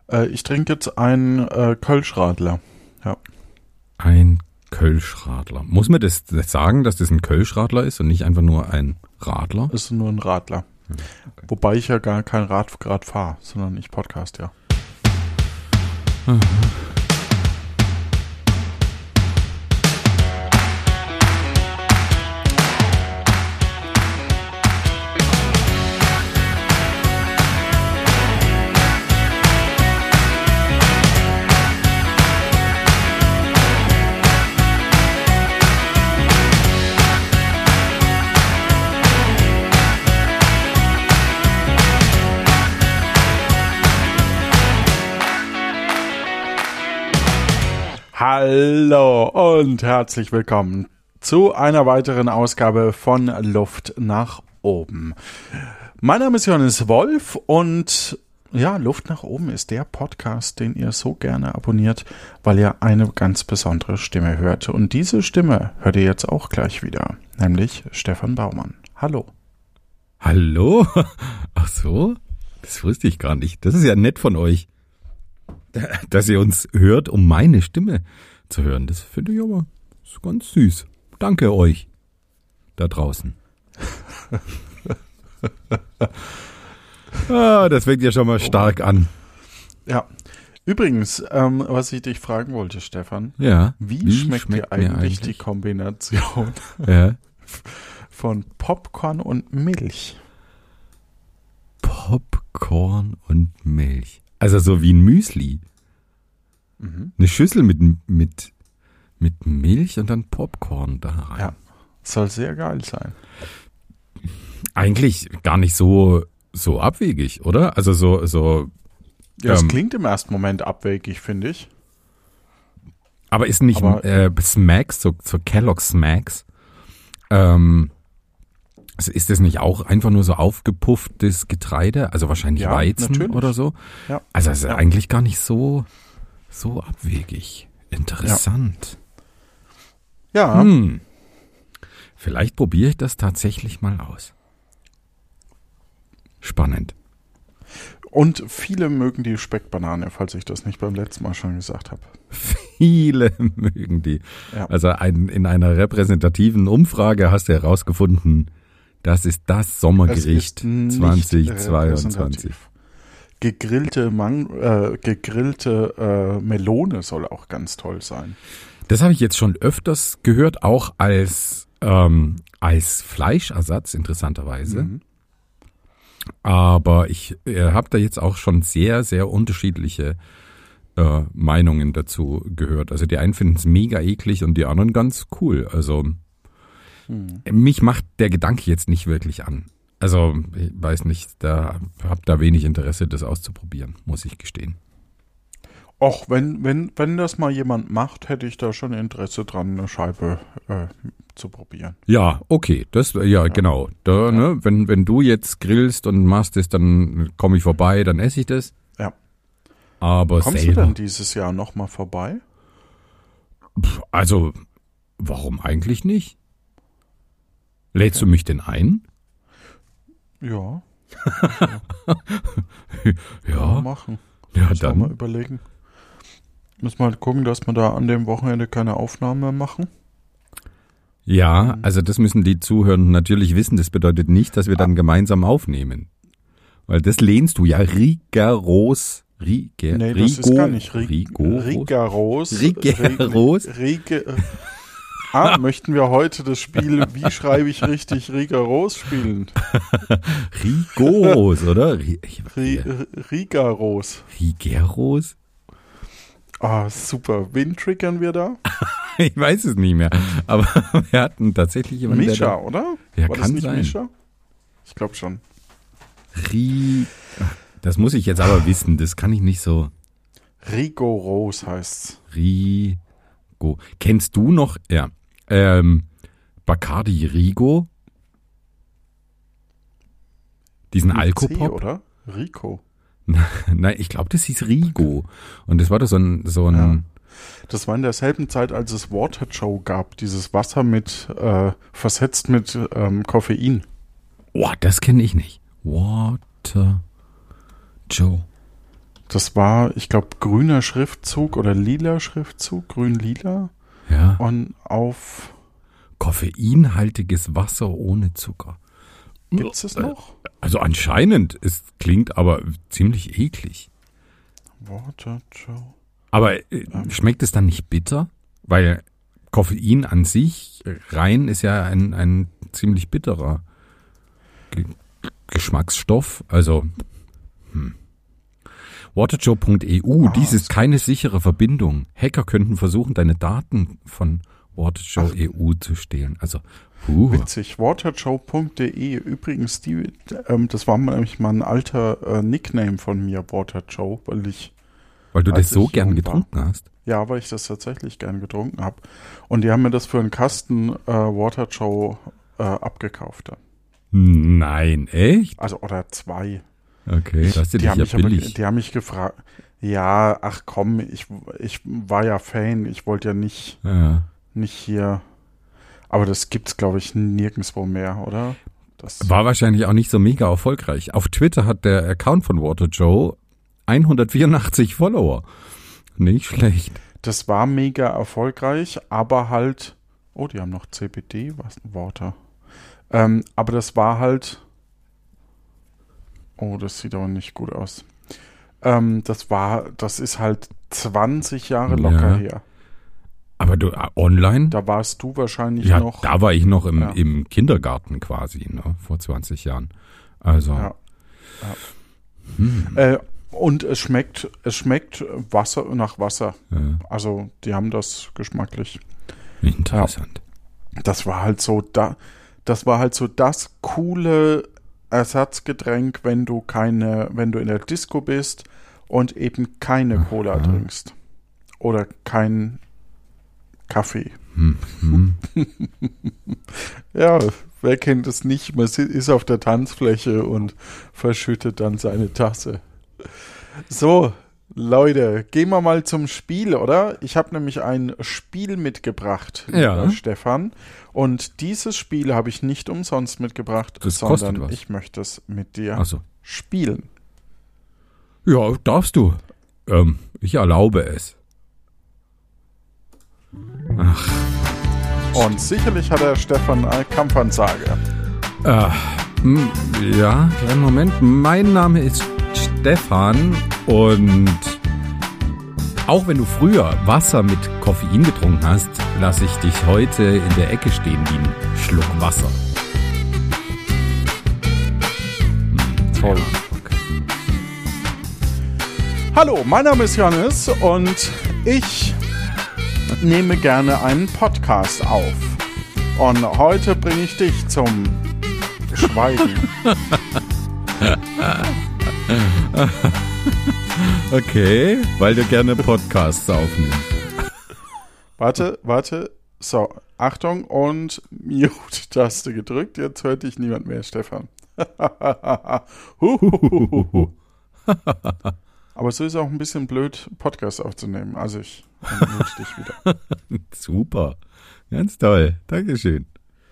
Ich trinke jetzt einen Kölschradler. Ja. Ein Kölschradler. Muss man das sagen, dass das ein Kölschradler ist und nicht einfach nur ein Radler? Ist nur ein Radler. Okay. Wobei ich ja gar kein Rad gerade fahre, sondern ich podcast, ja. Mhm. Hallo und herzlich willkommen zu einer weiteren Ausgabe von Luft nach oben. Mein Name ist Johannes Wolf und ja, Luft nach oben ist der Podcast, den ihr so gerne abonniert, weil ihr eine ganz besondere Stimme hört. Und diese Stimme hört ihr jetzt auch gleich wieder, nämlich Stefan Baumann. Hallo. Hallo? Ach so? Das wusste ich gar nicht. Das ist ja nett von euch, dass ihr uns hört, um meine Stimme zu hören. Das finde ich aber ganz süß. Danke euch da draußen. Das fängt ja schon mal stark an. Ja. Übrigens, was ich dich fragen wollte, Stefan. Ja. Wie schmeckt dir eigentlich die Kombination von Popcorn und Milch? Popcorn und Milch. Also so wie ein Müsli. Mhm. Eine Schüssel mit Milch und dann Popcorn da rein. Ja, soll sehr geil sein. Eigentlich gar nicht so abwegig, oder? Also so. Ja, es klingt im ersten Moment abwegig, finde ich. Aber ist nicht Smacks, so Kellogg's Smacks, ist das nicht auch einfach nur so aufgepufftes Getreide? Also wahrscheinlich Ja, Weizen natürlich. oder so? Ja. Also es ist eigentlich gar nicht so abwegig. Interessant. Ja, Vielleicht probiere ich das tatsächlich mal aus. Spannend. und viele mögen die Speckbanane, falls ich das nicht beim letzten Mal schon gesagt habe. Viele mögen die. Ja. Also in einer repräsentativen Umfrage hast du herausgefunden, das ist das Sommergericht Es ist nicht 2022. repräsentativ. Gegrillte Melone soll auch ganz toll sein. Das habe ich jetzt schon öfters gehört, auch als Fleischersatz, interessanterweise. Mhm. Aber ich habe da jetzt auch schon sehr, sehr unterschiedliche Meinungen dazu gehört. Also die einen finden es mega eklig und die anderen ganz cool. Also mich macht der Gedanke jetzt nicht wirklich an. Also ich weiß nicht, habe da wenig Interesse, das auszuprobieren, muss ich gestehen. Och, wenn das mal jemand macht, hätte ich da schon Interesse dran, eine Scheibe zu probieren. Ja, okay, genau. Da, ne, wenn du jetzt grillst und machst es, dann komme ich vorbei, dann esse ich das. Ja. Aber Kommst selber, du denn dieses Jahr nochmal vorbei? also, warum eigentlich nicht? Lädst du mich denn ein? Ja. Ja, Machen. ja Müssen wir mal dann. überlegen. Müssen wir halt gucken, dass wir da an dem Wochenende keine Aufnahmen mehr machen. Ja, also das müssen die Zuhörenden natürlich wissen. Das bedeutet nicht, dass wir dann gemeinsam aufnehmen. Weil das lehnst du ja rigoros. Nee, das ist gar nicht rigoros. Möchten wir heute das Spiel Wie schreibe ich richtig rigoros spielen? Rigoros, oder? Rigoros. Rigeros? Ah, super. Wen triggern wir da? Ich weiß es nicht mehr. Aber wir hatten tatsächlich jemanden, Mischa, oder? Ja, War das kann nicht sein. Mischa? Ich glaube schon. Das muss ich jetzt aber wissen. Das kann ich nicht so. Rigoros heißt's. Rigo. Kennst du noch? Ja. Bacardi Rigo? Diesen Mit C, Alkopop? oder? Rico. Nein, ich glaube, das hieß Rigo. Und das war doch so ein Ja. Das war in derselben Zeit, als es Water Joe gab. Dieses Wasser mit versetzt mit Koffein. Oh, das kenne ich nicht. Water Joe. Das war, ich glaube, grüner Schriftzug oder lila Schriftzug, grün-lila. Ja. Und auf... Koffeinhaltiges Wasser ohne Zucker. Gibt's es noch? Also anscheinend, es klingt aber ziemlich eklig. Water Joe. Aber schmeckt es dann nicht bitter? Weil Koffein an sich rein ist ja ein ziemlich bitterer Geschmacksstoff. Also Waterjoe.eu, dies ist keine sichere Verbindung. Hacker könnten versuchen, deine Daten von Waterjoe.eu zu stehlen. Also, witzig, Waterjoe.de. Übrigens, das war nämlich mal ein alter Nickname von mir, Waterjoe, weil du das so gern getrunken hast. Ja, weil ich das tatsächlich gern getrunken habe. Und die haben mir das für einen Kasten Waterjoe abgekauft. Nein, echt? Also, oder 2. Okay, das ist ja billig. Die haben mich gefragt, ja, ach komm, ich war ja Fan, ich wollte ja nicht hier, aber das gibt's, glaube ich, nirgendwo mehr, oder? Das war wahrscheinlich auch nicht so mega erfolgreich. Auf Twitter hat der Account von Waterjoe 184 Follower. Nicht schlecht. Das war mega erfolgreich, aber halt, die haben noch CBD, Water. Aber das war halt, das sieht aber nicht gut aus. Das ist halt 20 Jahre locker her. Aber du, online? Da warst du wahrscheinlich noch. Ja, da war ich noch im Kindergarten quasi, ne, vor 20 Jahren. Also. Ja. Und es schmeckt Wasser nach Wasser. Ja. Also, die haben das geschmacklich. Interessant. Ja. Das war halt so das coole Ersatzgetränk, wenn du in der Disco bist und eben keine Cola trinkst. Oder kein Kaffee. Ja, wer kennt es nicht? Man ist auf der Tanzfläche und verschüttet dann seine Tasse. So, Leute, gehen wir mal zum Spiel, oder? Ich habe nämlich ein Spiel mitgebracht, Stefan. Und dieses Spiel habe ich nicht umsonst mitgebracht, sondern ich möchte es mit dir spielen. Ja, darfst du. Ich erlaube es. Ach. Und sicherlich hat der Stefan eine Kampfansage. Ja, kleinen Moment. Mein Name ist Stefan und auch wenn du früher Wasser mit Koffein getrunken hast, lasse ich dich heute in der Ecke stehen wie ein Schluck Wasser. Toll. Okay. Hallo, mein Name ist Johannes und ich nehme gerne einen Podcast auf. Und heute bringe ich dich zum Schweigen. Okay, weil du gerne Podcasts aufnimmst. Warte. So, Achtung und Mute-Taste gedrückt. Jetzt hört dich niemand mehr, Stefan. Aber so ist auch ein bisschen blöd, Podcast aufzunehmen. Also ich mute dich wieder. Super. Ganz toll. Dankeschön.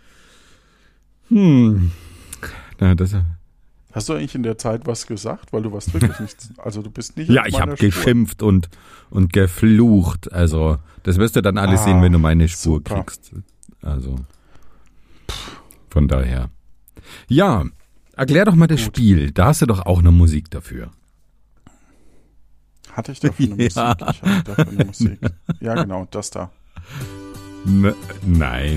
Hast du eigentlich in der Zeit was gesagt? Weil du warst wirklich nicht. Also du bist nicht. Ja, ich habe geschimpft und geflucht. Also das wirst du dann alles sehen, wenn du meine Spur kriegst. Also von daher. Ja, erklär doch mal das Spiel. Da hast du doch auch eine Musik dafür. Hatte ich dafür eine Musik? Ich hatte dafür eine Musik. Ja, genau, das da. Nein. Nein?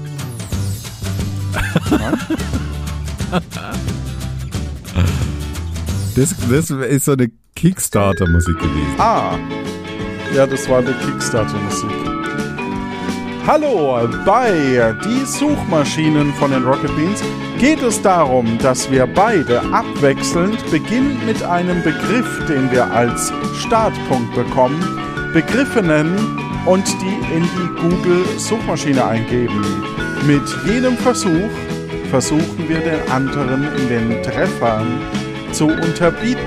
Das ist so eine Kickstarter-Musik gewesen. Ja, das war eine Kickstarter-Musik. Hallo, bei Die Suchmaschinen von den Rocket Beans geht es darum, dass wir beide abwechselnd beginnend mit einem Begriff, den wir als Startpunkt bekommen, Begriffe nennen und die in die Google-Suchmaschine eingeben. Mit jedem versuchen wir den anderen in den Treffern zu unterbieten.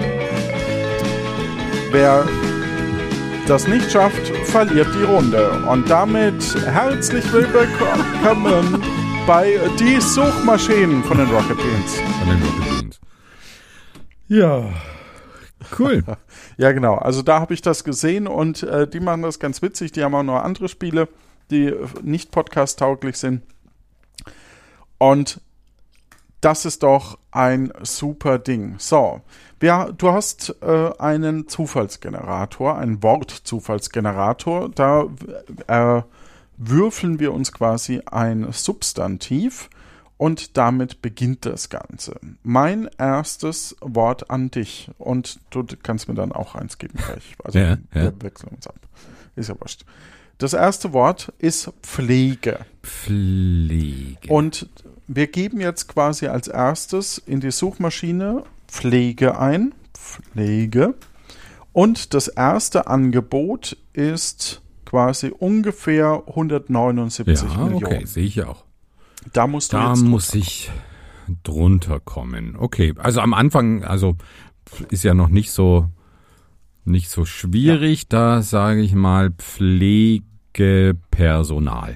Wer das nicht schafft, verliert die Runde. Und damit herzlich willkommen bei Die Suchmaschinen von den Rocket Beans. Ja. Cool. Ja, genau. Also da habe ich das gesehen und die machen das ganz witzig. Die haben auch noch andere Spiele, die nicht podcast-tauglich sind. Und das ist doch ein super Ding. So, du hast einen Zufallsgenerator, einen Wortzufallsgenerator. Da würfeln wir uns quasi ein Substantiv und damit beginnt das Ganze. Mein erstes Wort an dich und du kannst mir dann auch eins geben gleich. Also wir wechseln uns ab. Ist ja wurscht. Das erste Wort ist Pflege. Pflege. Und wir geben jetzt quasi als erstes in die Suchmaschine Pflege ein. Pflege. Und das erste Angebot ist quasi ungefähr 179 Millionen. Okay, sehe ich auch. Da musst du da jetzt muss ich drunter kommen. Okay, also am Anfang, also ist ja noch nicht so schwierig. Ja. Da sage ich mal Pflegepersonal.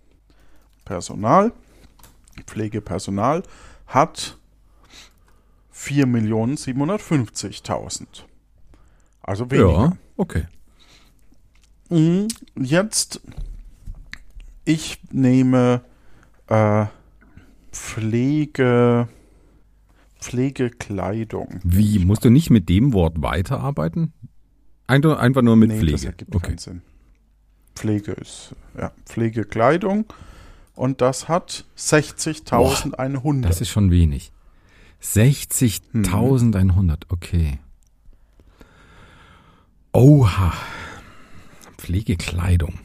Pflegepersonal hat 4.750.000. Also weniger. Ja, okay. Jetzt, ich nehme Pflegekleidung. Wie, musst du nicht mit dem Wort weiterarbeiten? Einfach nur mit Pflege? Das ergibt keinen Sinn. Pflege ist, Pflegekleidung. Und das hat 60.100. Das ist schon wenig. 60.100, okay. Oha. Pflegekleidung.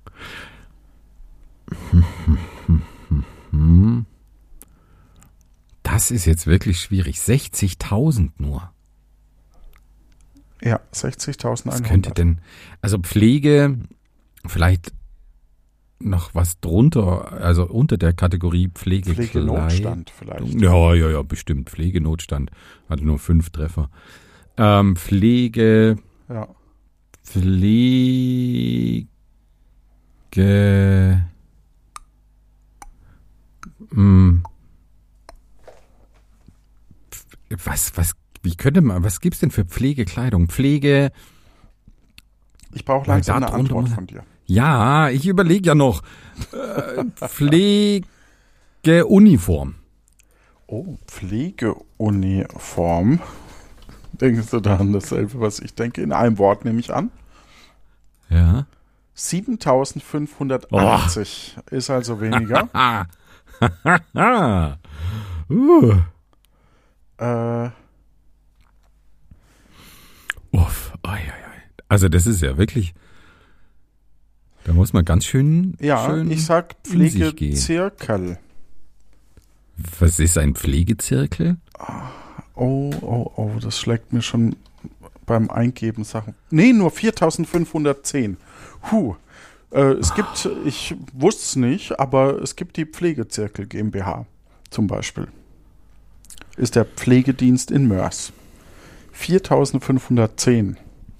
Das ist jetzt wirklich schwierig. 60.000 nur. Ja, 60.100. Was könnte denn, also Pflege, vielleicht noch was drunter, also unter der Kategorie Pflegenotstand vielleicht. Ja, bestimmt. Pflegenotstand. Hatte nur 5 Treffer. Pflege. Ja. Pflege. Was gibt's denn für Pflegekleidung? Pflege. Ich brauche langsam eine Antwort von dir. Ja, ich überlege ja noch. Pflegeuniform. Oh, Pflegeuniform. Denkst du da an dasselbe, was ich denke? In einem Wort nehme ich an. Ja. 7.580 ist also weniger. Also das ist ja wirklich, da muss man ganz schön ich sag Pflegezirkel. Was ist ein Pflegezirkel? Oh, das schlägt mir schon beim Eingeben Sachen. Nee, nur 4.510. Es gibt, ich wusste es nicht, aber es gibt die Pflegezirkel GmbH zum Beispiel. Ist der Pflegedienst in Mörs. 4.510.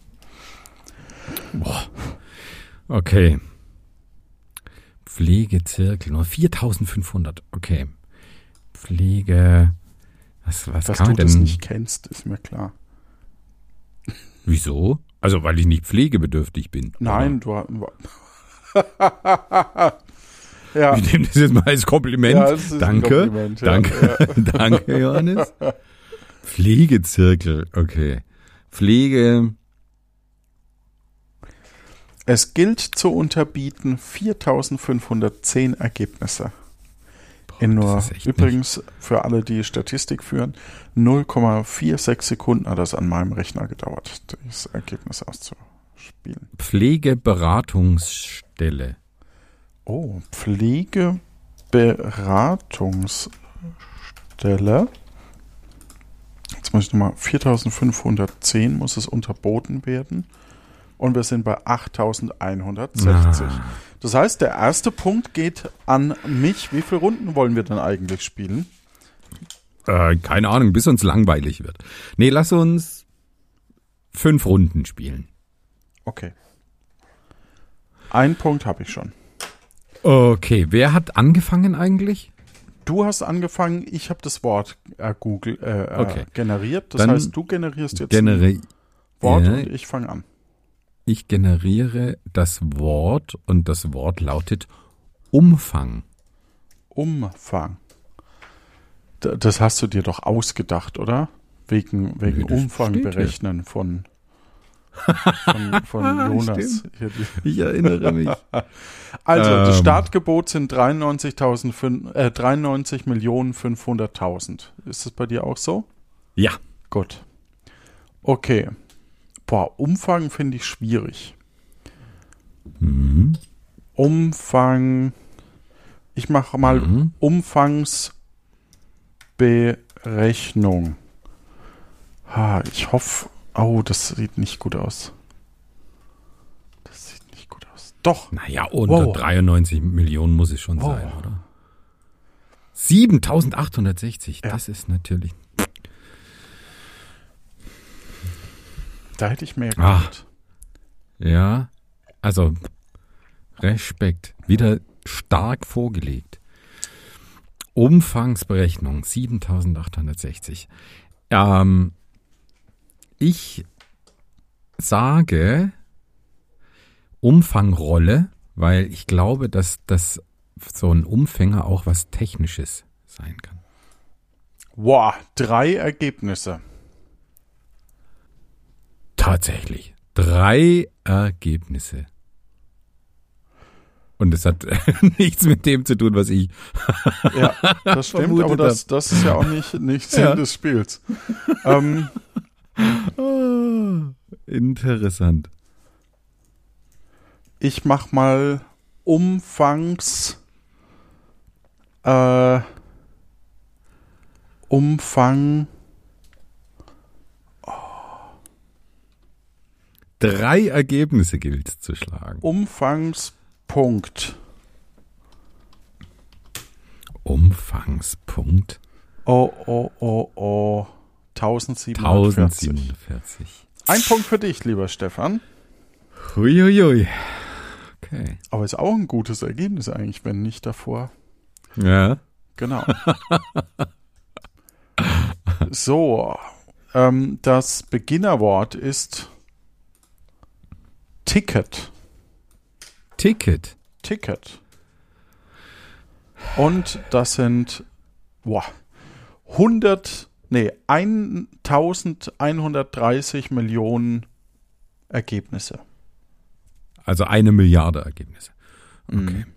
Okay. Pflegezirkel, nur 4.500. Okay. Pflege. Was Dass kann man du denn? Das nicht kennst, ist mir klar. Wieso? Also, weil ich nicht pflegebedürftig bin. Nein, oder? Ja. Ich nehme das jetzt mal als Kompliment. Ja, das ist Danke. Ein Kompliment, ja. Danke. Ja. Danke, Johannes. Pflegezirkel, okay. Pflege. Es gilt zu unterbieten 4.510 Ergebnisse. Übrigens, für alle, die Statistik führen, 0,46 Sekunden hat das an meinem Rechner gedauert, das Ergebnis auszuspielen. Pflegeberatungsstelle. Oh, Pflegeberatungsstelle. Jetzt muss ich nochmal, 4.510 muss es unterboten werden. Und wir sind bei 8.160. Das heißt, der erste Punkt geht an mich. Wie viele Runden wollen wir denn eigentlich spielen? Keine Ahnung, bis uns langweilig wird. Nee, lass uns 5 Runden spielen. Okay. Einen Punkt habe ich schon. Okay, wer hat angefangen eigentlich? Du hast angefangen, ich habe das Wort Okay. generiert. Das Dann heißt, du generierst jetzt. Wort Ja. und ich fange an. Ich generiere das Wort und das Wort lautet Umfang. Umfang. Das hast du dir doch ausgedacht, oder? Wegen Nö, das Umfang steht hier. berechnen von Jonas. Hier Ich erinnere mich. Also, das Startgebot sind 93.500.000. Ist das bei dir auch so? Ja. Gut. Okay. Boah, Umfang finde ich schwierig. Mhm. Umfang. Ich mache mal Umfangsberechnung. Ich hoffe. Oh, das sieht nicht gut aus. Das sieht nicht gut aus. Doch. Naja, unter 93 Millionen muss es schon sein, oder? 7.860, Ja. das ist natürlich... Da hätte ich mehr Ah. gemacht. Ja, also Respekt. Wieder stark vorgelegt. Umfangsberechnung 7.860. Ich sage Umfangrolle, weil ich glaube, dass das so ein Umfänger auch was Technisches sein kann. Wow, 3 Ergebnisse. Tatsächlich. 3 Ergebnisse. Und es hat nichts mit dem zu tun, was ich... Ja, das stimmt, Vermutet aber das ist ja auch nicht Sinn Ja. des Spiels. Interessant. Ich mach mal Umfang. 3 Ergebnisse gilt es zu schlagen. Umfangspunkt. Umfangspunkt 1740. 1047. Ein Punkt für dich, lieber Stefan. Huiuiui. Okay. Aber ist auch ein gutes Ergebnis eigentlich, wenn nicht davor. Ja. Genau. So, das Beginnerwort ist Ticket. Ticket. Ticket. Und das sind 1130 Millionen Ergebnisse. Also 1 Milliarde Ergebnisse. Okay.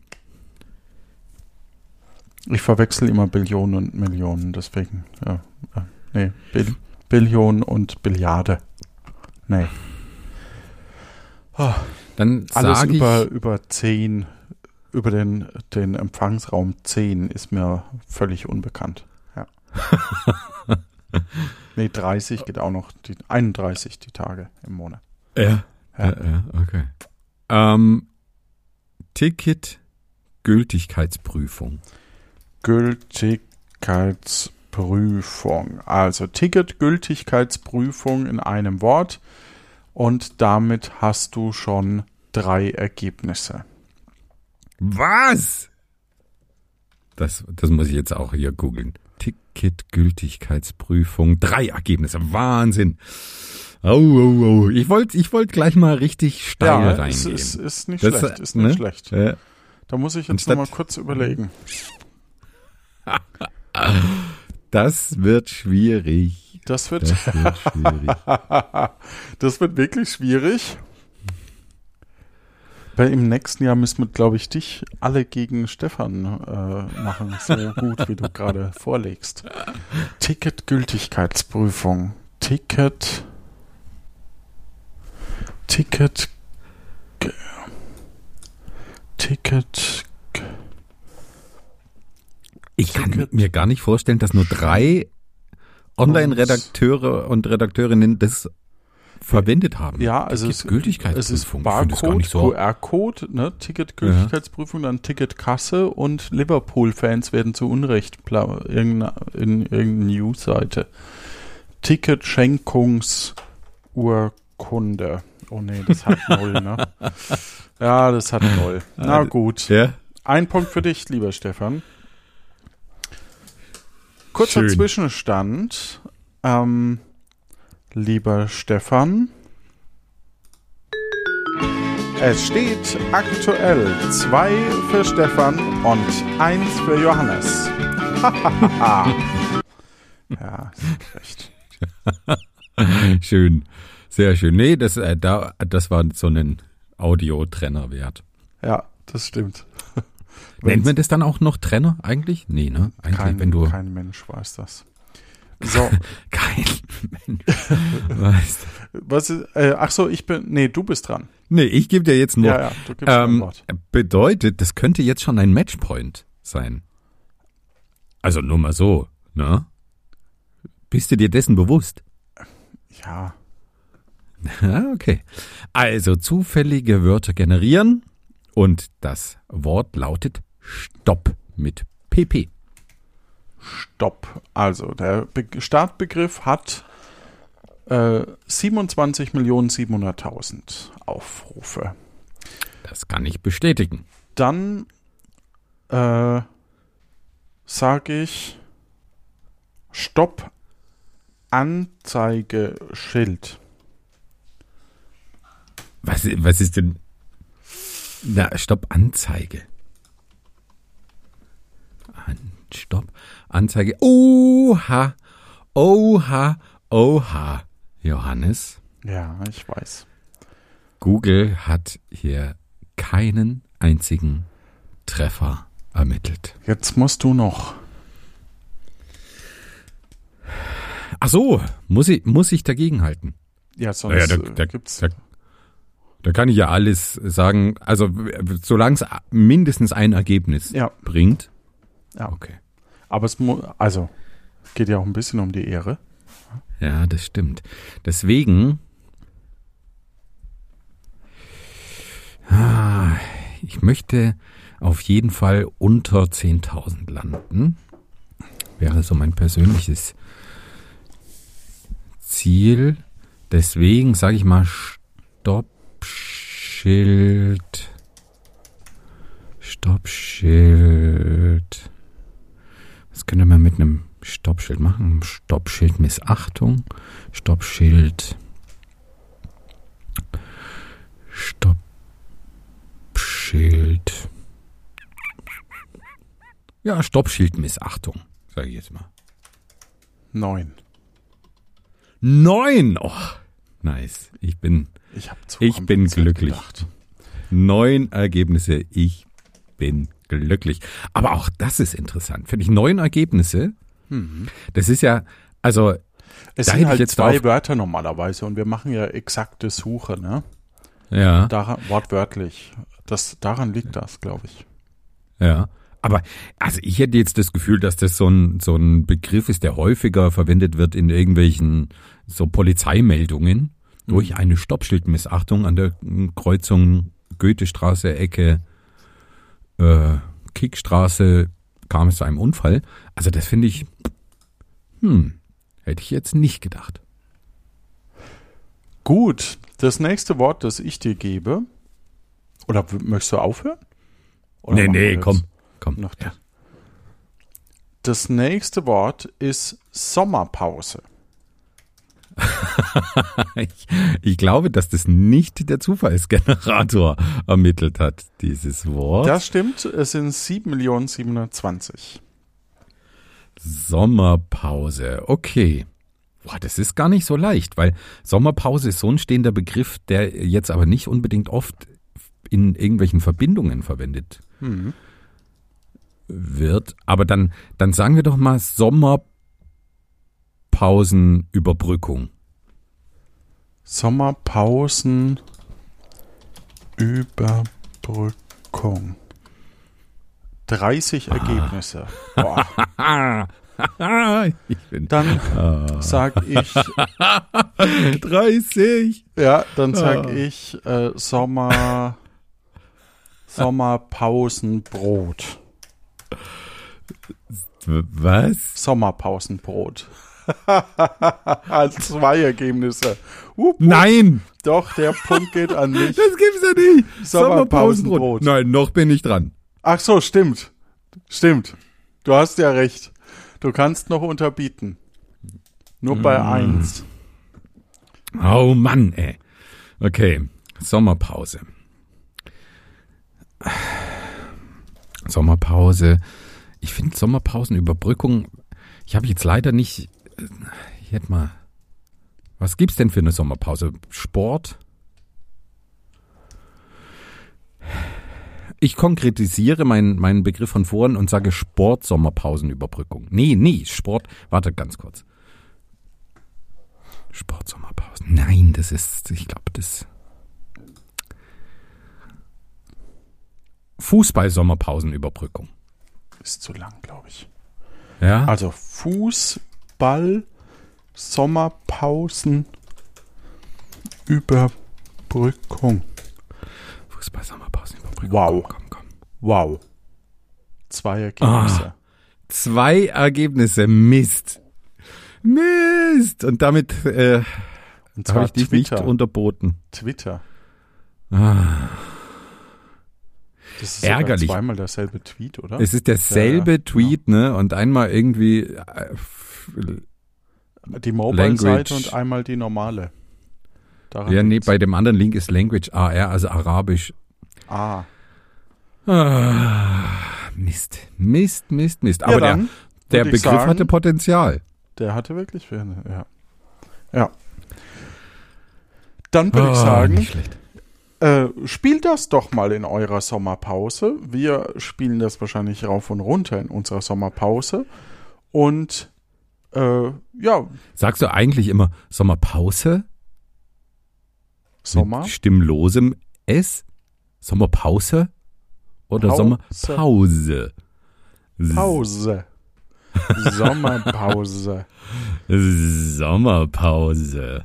Ich verwechsel immer Billionen und Millionen, deswegen, Billion und Billiarde. Nee. Dann Alles sage ich... über 10, über den Empfangsraum 10 ist mir völlig unbekannt. Ja. Nee, 30 geht auch noch, 31 die Tage im Monat. Ja, okay. Ticket Gültigkeitsprüfung. Gültigkeitsprüfung. Also Ticket-Gültigkeitsprüfung in einem Wort und damit hast du schon 3 Ergebnisse. Was? Das muss ich jetzt auch hier googeln. Ticket-Gültigkeitsprüfung. 3 Ergebnisse. Wahnsinn. Oh. Ich wollte gleich mal richtig steil reingehen. Ist nicht Das, schlecht. Ist ne? nicht schlecht. Ja. Da muss ich jetzt Anstatt- noch mal kurz überlegen. Das wird schwierig. Das wird schwierig. das wird wirklich schwierig. Weil im nächsten Jahr müssen wir, glaube ich, dich alle gegen Stefan machen. So gut, wie du gerade vorlegst. Ticket-Gültigkeitsprüfung. Ticket. Ich kann mir gar nicht vorstellen, dass nur 3 Online-Redakteure und Redakteurinnen das verwendet haben. Ja, also es ist Gültigkeitsprüfung. Es ist Ich finde das gar Barcode, nicht so. QR-Code, ne? Ticket-Gültigkeitsprüfung, dann Ticketkasse und Liverpool-Fans werden zu Unrecht in irgendeiner News-Seite. Ticketschenkungsurkunde. Oh nee, das hat 0, ne? Ja, das hat 0. Na gut. Ja? Ein Punkt für dich, lieber Stefan. Kurzer Schön. Zwischenstand. Lieber Stefan, Es steht aktuell 2 für Stefan und 1 für Johannes. Ja, recht. Schön, sehr schön. Nee, das war so ein Audiotrenner wert. Ja, das stimmt. Nennt man das dann auch noch Trenner eigentlich? Nee, ne? Eigentlich, kein Mensch weiß das. So. Kein Mensch weiß das. Du bist dran. Nee, ich gebe dir jetzt nur. Ja, du gibst mir ein Wort. Bedeutet, das könnte jetzt schon ein Matchpoint sein. Also nur mal so, ne? Bist du dir dessen bewusst? Ja. Okay. Also zufällige Wörter generieren und das Wort lautet Stopp mit PP. Stopp. Also der Startbegriff hat 27.700.000 Aufrufe. Das kann ich bestätigen. Dann sage ich Stopp Anzeigeschild. Was ist denn? Na, Stopp Anzeige. Stopp Anzeige. Oha. Johannes. Ja, ich weiß. Google hat hier keinen einzigen Treffer ermittelt. Jetzt musst du noch. Ach so, muss ich dagegen-halten? Ja, sonst gibt's. Da kann ich ja alles sagen. Also, solange es mindestens ein Ergebnis bringt. Ja. Okay. Aber es geht ja auch ein bisschen um die Ehre. Ja, das stimmt. Deswegen, ich möchte auf jeden Fall unter 10.000 landen. Wäre so mein persönliches Ziel. Deswegen sage ich mal Stoppschild. Was könnte man mit einem Stoppschild machen? Stoppschild Missachtung. Stoppschild. Ja, Stoppschild Missachtung, sage ich jetzt mal. 9. 9! Oh, nice. Ich bin glücklich. Gedacht. 9 Ergebnisse. Ich bin glücklich. Aber auch das ist interessant. Finde ich 9 Ergebnisse. Das ist ja, also. Es sind halt jetzt 2 Wörter normalerweise und wir machen ja exakte Suche, ne? Ja. Wortwörtlich. Daran liegt das, glaube ich. Ja. Aber, also ich hätte jetzt das Gefühl, dass das so ein Begriff ist, der häufiger verwendet wird in irgendwelchen so Polizeimeldungen durch eine Stoppschildmissachtung an der Kreuzung Goethestraße, Ecke, Kickstraße, kam es zu einem Unfall. Also das finde ich, hätte ich jetzt nicht gedacht. Gut, das nächste Wort, das ich dir gebe, oder möchtest du aufhören? Oder Nee, komm. Noch ja. Das nächste Wort ist Sommerpause. Ich glaube, dass das nicht der Zufallsgenerator ermittelt hat, dieses Wort. Das stimmt, es sind 7.720.000. Sommerpause, okay. Boah, das ist gar nicht so leicht, weil Sommerpause ist so ein stehender Begriff, der jetzt aber nicht unbedingt oft in irgendwelchen Verbindungen verwendet wird. Aber dann sagen wir doch mal Sommerpausenüberbrückung. Sommerpausenüberbrückung. 30 Ergebnisse. Boah. Dann sag ich 30. Ja, dann sag ich Sommerpausenbrot. Was? Sommerpausenbrot. 2 Ergebnisse. Nein! Doch, der Punkt geht an mich. Das gibt's ja nicht. Sommerpausenbrot. Nein, noch bin ich dran. Ach so, stimmt. Du hast ja recht. Du kannst noch unterbieten. Nur bei 1. Oh Mann, ey. Okay, Sommerpause. Sommerpause. Ich finde Sommerpausenüberbrückung, ich habe jetzt leider nicht, ich hätte mal, was gibt's denn für eine Sommerpause? Sport? Ich konkretisiere meinen Begriff von vorhin und sage Sport-Sommerpausenüberbrückung. Nee, Sport, warte ganz kurz. Sport-Sommerpausen. Nein, ich glaube, Fußball-Sommerpausenüberbrückung. Ist zu lang, glaube ich. Ja? Also Fußball, Sommerpausen, Überbrückung. Fußball-Sommerpausenüberbrückung. Wow. Komm. Wow. 2 Ergebnisse. 2 Ergebnisse. Mist. Und damit Und habe ich dich nicht Twitter. unterboten. Twitter. Das ist Ärgerlich. Zweimal derselbe Tweet, oder? Es ist derselbe Tweet, ne? Und einmal irgendwie die Mobile-Seite Language. und einmal die normale. Daran ja, nee, liegt's. bei dem anderen Link ist Language AR, also Arabisch. Mist. Aber dann der würd ich Begriff sagen, hatte Potenzial. Der hatte wirklich ja. Ja. Dann würde ich sagen, Nicht schlecht. spielt das doch mal in eurer Sommerpause. Wir spielen das wahrscheinlich rauf und runter in unserer Sommerpause. Und ja, Sagst du eigentlich immer Sommerpause? Sommer. Mit stimmlosem S? Sommerpause? Oder Pause. Sommerpause? Pause. Sommerpause. Sommerpause.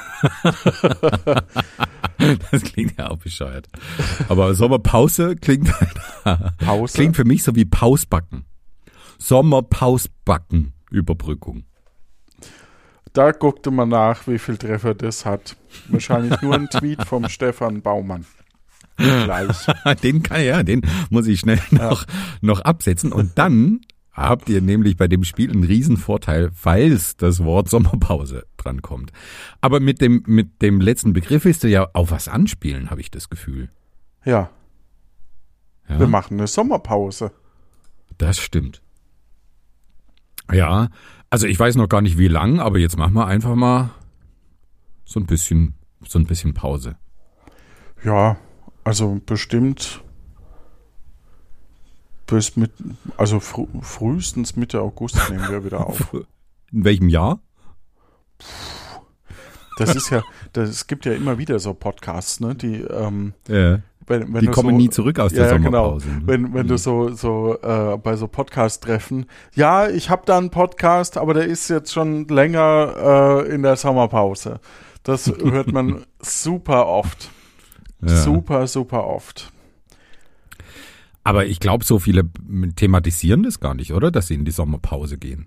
Das klingt ja auch bescheuert. Aber Sommerpause klingt Pause. klingt für mich so wie Pausbacken. Sommerpausbacken. Überbrückung. Da guckte man nach, wie viel Treffer das hat. Wahrscheinlich nur ein Tweet vom Stefan Baumann. Gleich. Den muss ich schnell noch absetzen. Und dann habt ihr nämlich bei dem Spiel einen Riesenvorteil, falls das Wort Sommerpause drankommt. Aber mit dem letzten Begriff willst du ja auf was anspielen, habe ich das Gefühl. Ja, Ja, wir machen eine Sommerpause. das stimmt. Ja, also ich weiß noch gar nicht wie lang, aber jetzt machen wir einfach mal so ein bisschen Pause. Ja, also bestimmt frühestens Mitte August nehmen wir wieder auf. In welchem Jahr? Das ist ja, es gibt ja immer wieder so Podcasts, ne, die, wenn Die du kommen so, nie zurück aus der ja, Sommerpause. Genau. Ne? Wenn du so bei so Podcast-Treffen, ja, ich habe da einen Podcast, aber der ist jetzt schon länger in der Sommerpause. Das hört man super oft. Ja. Super oft. Aber ich glaube, so viele thematisieren das gar nicht, oder? Dass sie in die Sommerpause gehen.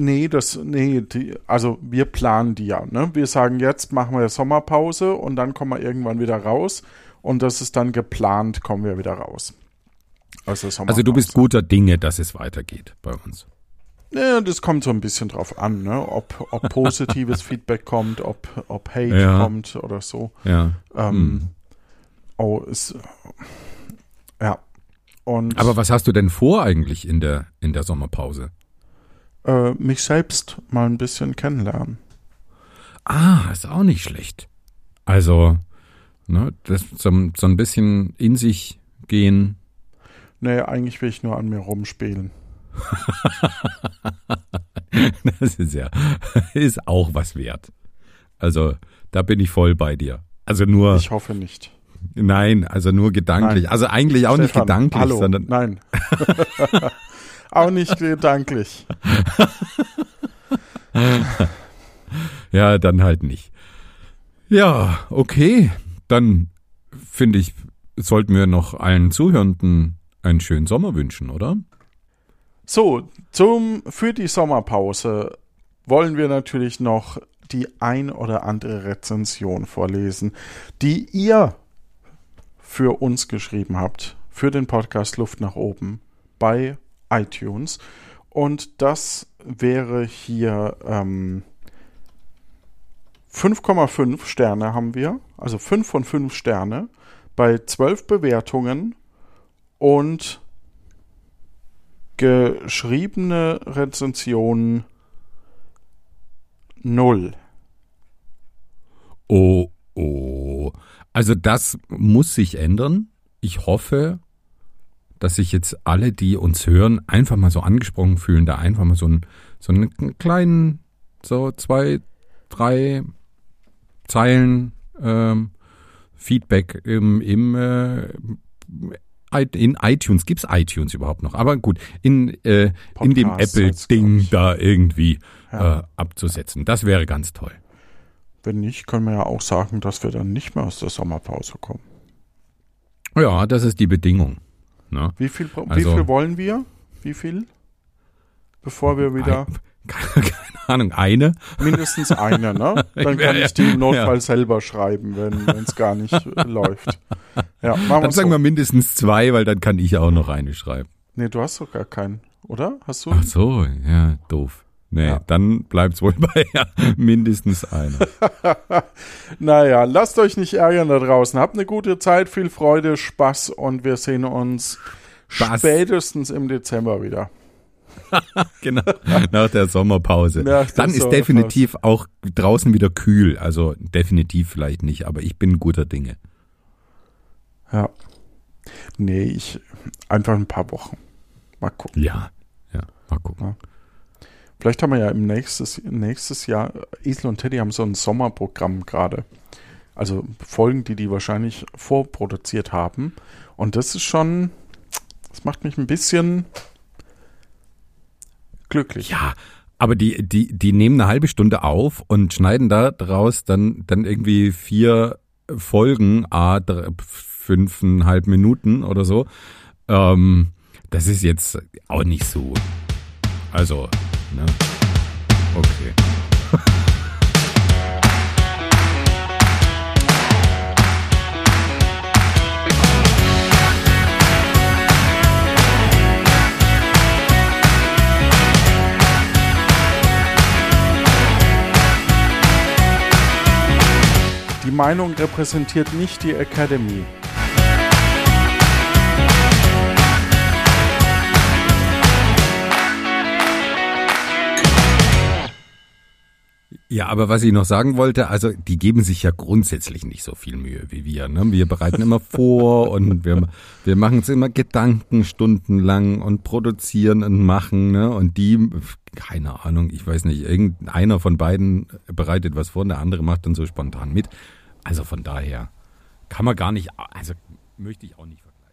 Also wir planen die ja, ne? Wir sagen, jetzt machen wir Sommerpause und dann kommen wir irgendwann wieder raus und das ist dann geplant, kommen wir wieder raus. Also du bist guter Dinge, dass es weitergeht bei uns. Ja, das kommt so ein bisschen drauf an, ne? Ob positives Feedback kommt, ob Hate kommt oder so. Ja. Ja. Und Aber was hast du denn vor eigentlich in der Sommerpause? mich selbst mal ein bisschen kennenlernen. Ist auch nicht schlecht. Also, ne, das so ein bisschen in sich gehen. Nee, eigentlich will ich nur an mir rumspielen. Das ist auch was wert. Also, da bin ich voll bei dir. Also nur. Ich hoffe nicht. Nein, also nur gedanklich. Nein. Also eigentlich auch Stefan, nicht gedanklich, hallo. sondern. Nein. Auch nicht gedanklich. Ja, dann halt nicht. Ja, okay. Dann finde ich, sollten wir noch allen Zuhörenden einen schönen Sommer wünschen, oder? So, für die Sommerpause wollen wir natürlich noch die ein oder andere Rezension vorlesen, die ihr für uns geschrieben habt, für den Podcast Luft nach oben bei iTunes. Und das wäre hier 5,5 Sterne haben wir, also 5 von 5 Sterne bei 12 Bewertungen und geschriebene Rezensionen 0. Oh. Also das muss sich ändern. Ich hoffe, dass sich jetzt alle, die uns hören, einfach mal so angesprochen fühlen, da einfach mal so einen kleinen, so 2, 3 Zeilen Feedback in iTunes. Gibt's iTunes überhaupt noch? Aber gut, in dem Apple-Ding da irgendwie abzusetzen. Das wäre ganz toll. Wenn nicht, können wir ja auch sagen, dass wir dann nicht mehr aus der Sommerpause kommen. Ja, das ist die Bedingung. Ne? Wie viel wollen wir? Wie viel? Bevor wir wieder... Keine Ahnung, eine? Mindestens eine, ne? Dann kann ich die im Notfall selber schreiben, wenn es gar nicht läuft. Ja, dann sagen wir mindestens 2, weil dann kann ich auch noch eine schreiben. Nee, du hast doch gar keinen, oder? Hast du? Ach so, ja, doof. Nee, ja. Dann bleibt's wohl bei mindestens einer. Naja, lasst euch nicht ärgern da draußen. Habt eine gute Zeit, viel Freude, Spaß und wir sehen uns spätestens im Dezember wieder. Genau, nach der Sommerpause. Dann ist definitiv auch draußen wieder kühl. Also definitiv vielleicht nicht, aber ich bin guter Dinge. Ja. Nee, einfach ein paar Wochen. Mal gucken. Ja, mal gucken. Ja. Vielleicht haben wir ja im nächstes Jahr, Esel und Teddy haben so ein Sommerprogramm gerade. Also Folgen, die wahrscheinlich vorproduziert haben. Und das macht mich ein bisschen glücklich. Ja, aber die nehmen eine halbe Stunde auf und schneiden da draus dann irgendwie 4 Folgen, 5,5 Minuten oder so. Das ist jetzt auch nicht so. Also, ne? Okay. Die Meinung repräsentiert nicht die Academy. Ja, aber was ich noch sagen wollte, also die geben sich ja grundsätzlich nicht so viel Mühe wie wir. Ne? Wir bereiten immer vor und wir machen es immer gedankenstundenlang und produzieren und machen. Ne? Und die, keine Ahnung, ich weiß nicht, irgendeiner von beiden bereitet was vor und der andere macht dann so spontan mit. Also von daher kann man gar nicht, also möchte ich auch nicht vergleichen.